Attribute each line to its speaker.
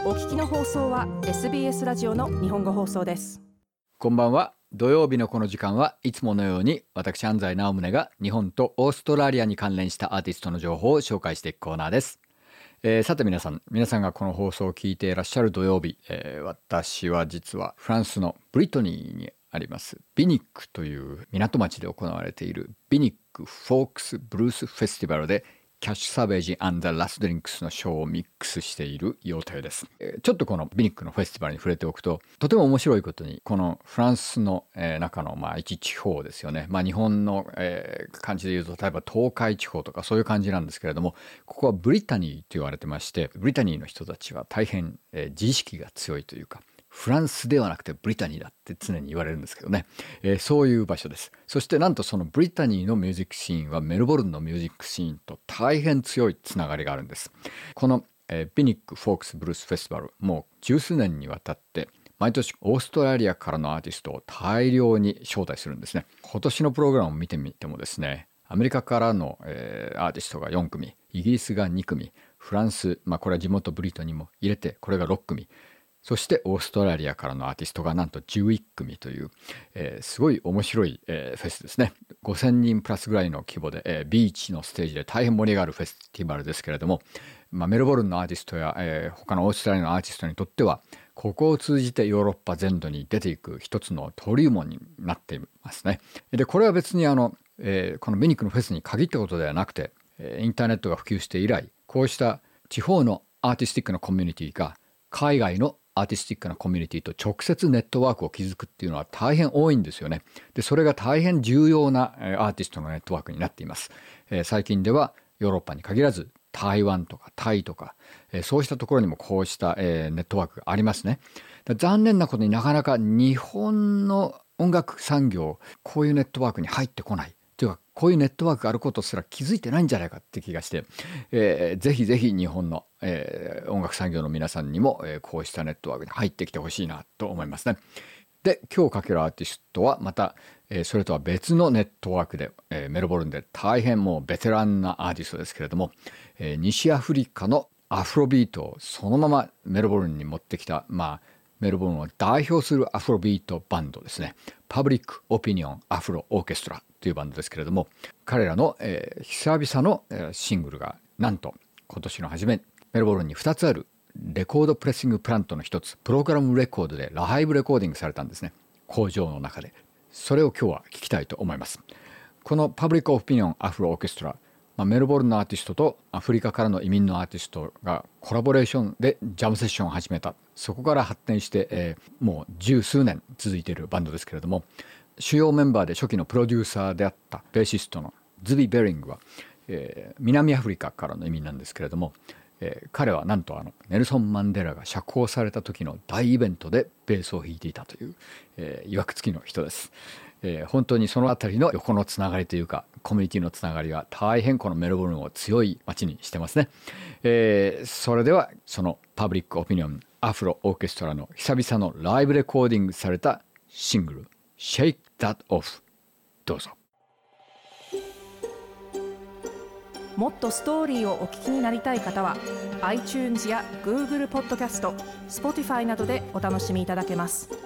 Speaker 1: お聞きの放送は SBS ラジオの日本語放送です。
Speaker 2: こんばんは。土曜日のこの時間はいつものように私安西直宗が日本とオーストラリアに関連したアーティストの情報を紹介していくコーナーです。さて皆さんがこの放送を聞いていらっしゃる土曜日、私は実はフランスのブリトニーにありますビニックという港町で行われているビニックフォークスブルースフェスティバルでキャッシュサベージ&ザ・ラストドリンクスのショーをミックスしている予定です。ちょっとこのビニックのフェスティバルに触れておくと、とても面白いことにこのフランスの中の一地方ですよね。日本の感じで言うと例えば東海地方とかそういう感じなんですけれども、ここはブリタニーと言われてまして、ブリタニーの人たちは大変自意識が強いというか、フランスではなくてブリタニーだって常に言われるんですけどね、そういう場所です。そしてなんとそのブリタニーのミュージックシーンはメルボルンのミュージックシーンと大変強いつながりがあるんです。この、ビニックフォークスブルースフェスティバル、もう十数年にわたって毎年オーストラリアからのアーティストを大量に招待するんですね。今年のプログラムを見てみてもですね、アメリカからの、アーティストが4組、イギリスが2組、フランス、これは地元ブリトニーも入れてこれが6組、そしてオーストラリアからのアーティストがなんと11組という、すごい面白い、フェスですね。5000人プラスぐらいの規模で、ビーチのステージで大変盛り上がるフェスティバルですけれども、メルボルンのアーティストや、他のオーストラリアのアーティストにとってはここを通じてヨーロッパ全土に出ていく一つの登竜門になっていますね。でこれは別にこのビニックのフェスに限ったことではなくて、インターネットが普及して以来、こうした地方のアーティスティックなコミュニティが海外のアーティスティックなコミュニティと直接ネットワークを築くっていうのは大変多いんですよね。でそれが大変重要なアーティストのネットワークになっています。最近ではヨーロッパに限らず台湾とかタイとか、そうしたところにもこうした、ネットワークがありますね。残念なことになかなか日本の音楽産業こういうネットワークに入ってこないというか、こういうネットワークがあることすら気づいてないんじゃないかって気がして、ぜひぜひ日本の、音楽産業の皆さんにも、こうしたネットワークに入ってきてほしいなと思いますね。で今日かけるアーティストはまた、それとは別のネットワークで、メルボルンで大変もうベテランなアーティストですけれども、西アフリカのアフロビートをそのままメルボルンに持ってきた、メルボルンを代表するアフロビートバンドですね。パブリックオピニオンアフロオーケストラというバンドですけれども、彼らの、久々の、シングルがなんと今年の初めメルボルンに2つあるレコードプレッシングプラントの一つ、プログラムレコードでライブレコーディングされたんですね。工場の中で。それを今日は聞きたいと思います。このパブリックオピニオンアフロオーケストラ、メルボルンのアーティストとアフリカからの移民のアーティストがコラボレーションでジャムセッションを始めた。そこから発展して、もう十数年続いているバンドですけれども、主要メンバーで初期のプロデューサーであったベーシストのズビ・ベリングは、南アフリカからの移民なんですけれども、彼はなんとネルソン・マンデラが釈放された時の大イベントでベースを弾いていたという、いわくつきの人です。本当にそのあたりの横のつながりというかコミュニティのつながりが大変このメルボルンを強い街にしてますね。それではそのパブリックオピニオンアフロオーケストラの久々のライブレコーディングされたシングル Shake That Off、 どうぞ。
Speaker 1: もっとストーリーをお聞きになりたい方は iTunes や Google ポッドキャスト、Spotify などでお楽しみいただけます。